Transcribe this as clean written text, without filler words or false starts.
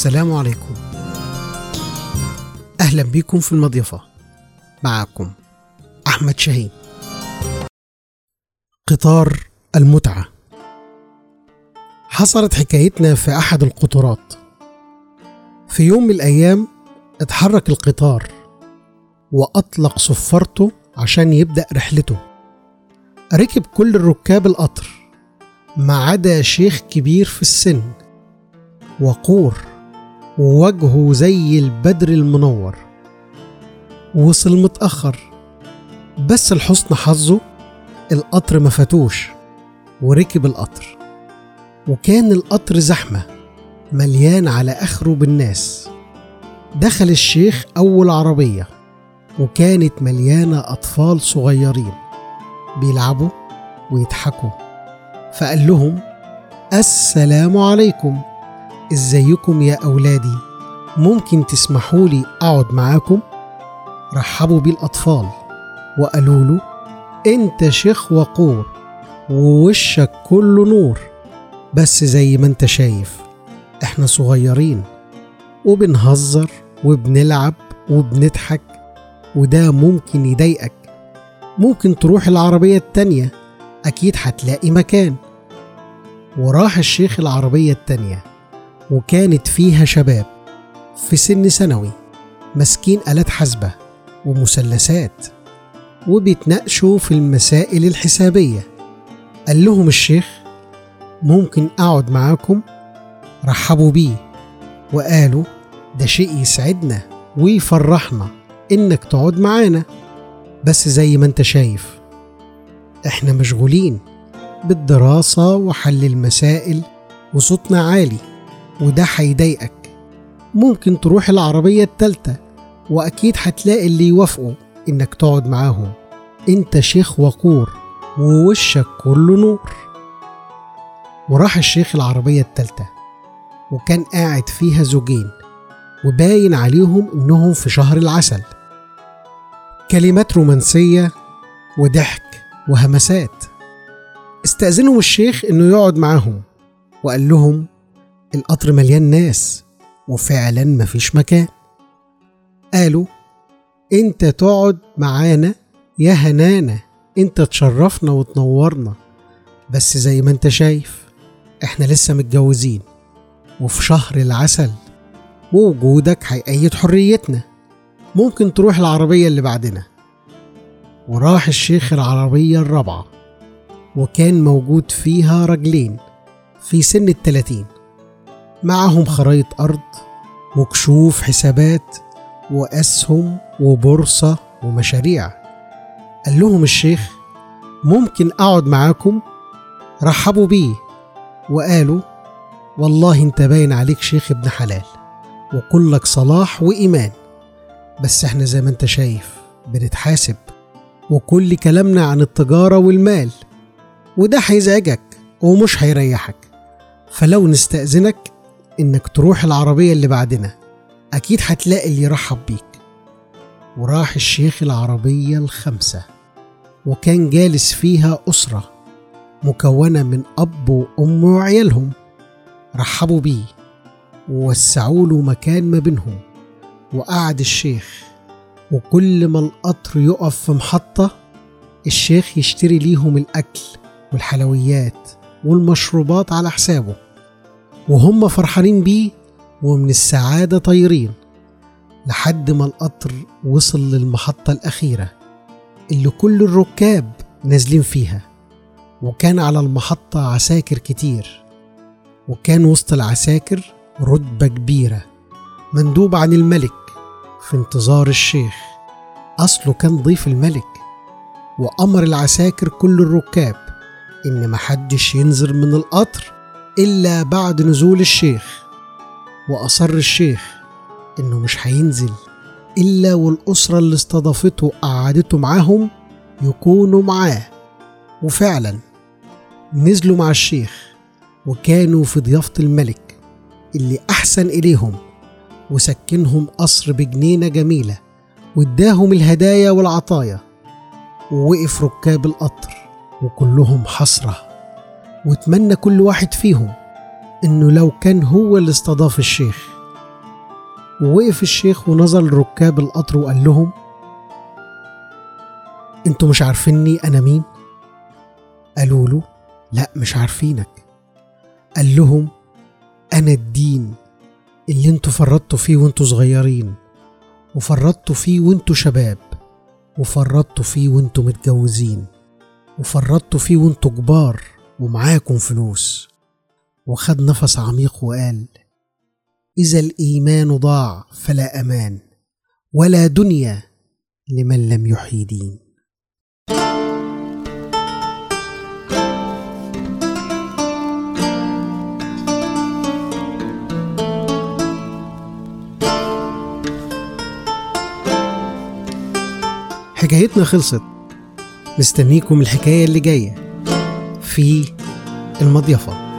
السلام عليكم. أهلا بكم في المضيفة. معكم أحمد شاهين. قطار المتعة. حصلت حكايتنا في أحد القطارات. في يوم من الأيام اتحرك القطار وأطلق صفارته عشان يبدأ رحلته. ركب كل الركاب القطر ما عدا شيخ كبير في السن، وقور ووجهه زي البدر المنور. وصل متأخر، بس لحسن حظه القطر ما فاتوش وركب القطر. وكان القطر زحمة مليان على آخره بالناس. دخل الشيخ أول عربية وكانت مليانة أطفال صغيرين بيلعبوا ويضحكوا، فقال لهم: السلام عليكم، ازيكم يا أولادي، ممكن تسمحوا لي أقعد معاكم؟ رحبوا بيه الأطفال وقالوا له: انت شيخ وقور ووشك كله نور، بس زي ما انت شايف احنا صغيرين وبنهزر وبنلعب وبنضحك، وده ممكن يضايقك. ممكن تروح العربية التانية، أكيد هتلاقي مكان. وراح الشيخ العربية التانية وكانت فيها شباب في سن ثانوي ماسكين آلات حاسبة ومثلثات وبيتناقشوا في المسائل الحسابية. قال لهم الشيخ: ممكن أقعد معاكم؟ رحبوا بيه وقالوا: ده شيء يسعدنا ويفرحنا إنك تقعد معانا، بس زي ما انت شايف احنا مشغولين بالدراسة وحل المسائل وصوتنا عالي، وده هيضايقك. ممكن تروح العربية التالتة وأكيد هتلاقي اللي يوافقوا إنك تقعد معاهم، انت شيخ وقور ووشك كله نور. وراح الشيخ العربية التالتة وكان قاعد فيها زوجين وباين عليهم إنهم في شهر العسل. كلمات رومانسية وضحك وهمسات. استأذنهم الشيخ إنه يقعد معاهم وقال لهم: القطر مليان ناس وفعلا مفيش مكان. قالوا: انت تقعد معانا يا هنانا، انت تشرفنا وتنورنا، بس زي ما انت شايف احنا لسه متجوزين وفي شهر العسل، ووجودك هيقيد حريتنا. ممكن تروح العربية اللي بعدنا. وراح الشيخ العربية الرابعة وكان موجود فيها رجلين في سن 30 معهم خرايط أرض وكشوف حسابات وأسهم وبورصة ومشاريع. قال لهم الشيخ: ممكن أقعد معاكم؟ رحبوا بيه وقالوا: والله انت باين عليك شيخ ابن حلال وكلك صلاح وإيمان، بس احنا زي ما انت شايف بنتحاسب وكل كلامنا عن التجارة والمال، وده هيزعجك ومش هيريحك، فلو نستأذنك انك تروح العربية اللي بعدنا، أكيد هتلاقي اللي يرحب بيك. وراح الشيخ العربية الخامسة وكان جالس فيها أسرة مكونة من أب وأم وعيالهم. رحبوا بيه ووسعوا له مكان ما بينهم، وقعد الشيخ، وكل ما القطر يقف في محطة الشيخ يشتري ليهم الأكل والحلويات والمشروبات على حسابه، وهم فرحانين بيه ومن السعادة طايرين، لحد ما القطر وصل للمحطة الأخيرة اللي كل الركاب نازلين فيها. وكان على المحطة عساكر كتير، وكان وسط العساكر رتبة كبيرة مندوب عن الملك في انتظار الشيخ. أصله كان ضيف الملك، وأمر العساكر كل الركاب إن محدش ينزل من القطر إلا بعد نزول الشيخ. وأصر الشيخ إنه مش هينزل إلا والأسرة اللي استضافته وقعدته معاهم يكونوا معاه. وفعلا نزلوا مع الشيخ وكانوا في ضيافة الملك اللي أحسن إليهم، وسكنهم قصر بجنينة جميلة واداهم الهدايا والعطايا. ووقف ركاب القطر وكلهم حسرة، واتمنى كل واحد فيهم إنه لو كان هو اللي استضاف الشيخ ووقف الشيخ ونظر لركاب القطر وقال لهم: انتوا مش عارفيني أنا مين؟ قالوا له: لا مش عارفينك. قال لهم: أنا الدين اللي انتوا فرطتوا فيه وانتوا صغيرين، وفرطتوا فيه وانتوا شباب، وفرطتوا فيه وانتوا متجوزين، وفرطتوا فيه وانتوا كبار ومعاكم فلوس. وخد نفس عميق وقال: إذا الإيمان ضاع فلا أمان، ولا دنيا لمن لم يحيي دين. حكايتنا خلصت، مستنيكم الحكاية اللي جاية في المضيفة.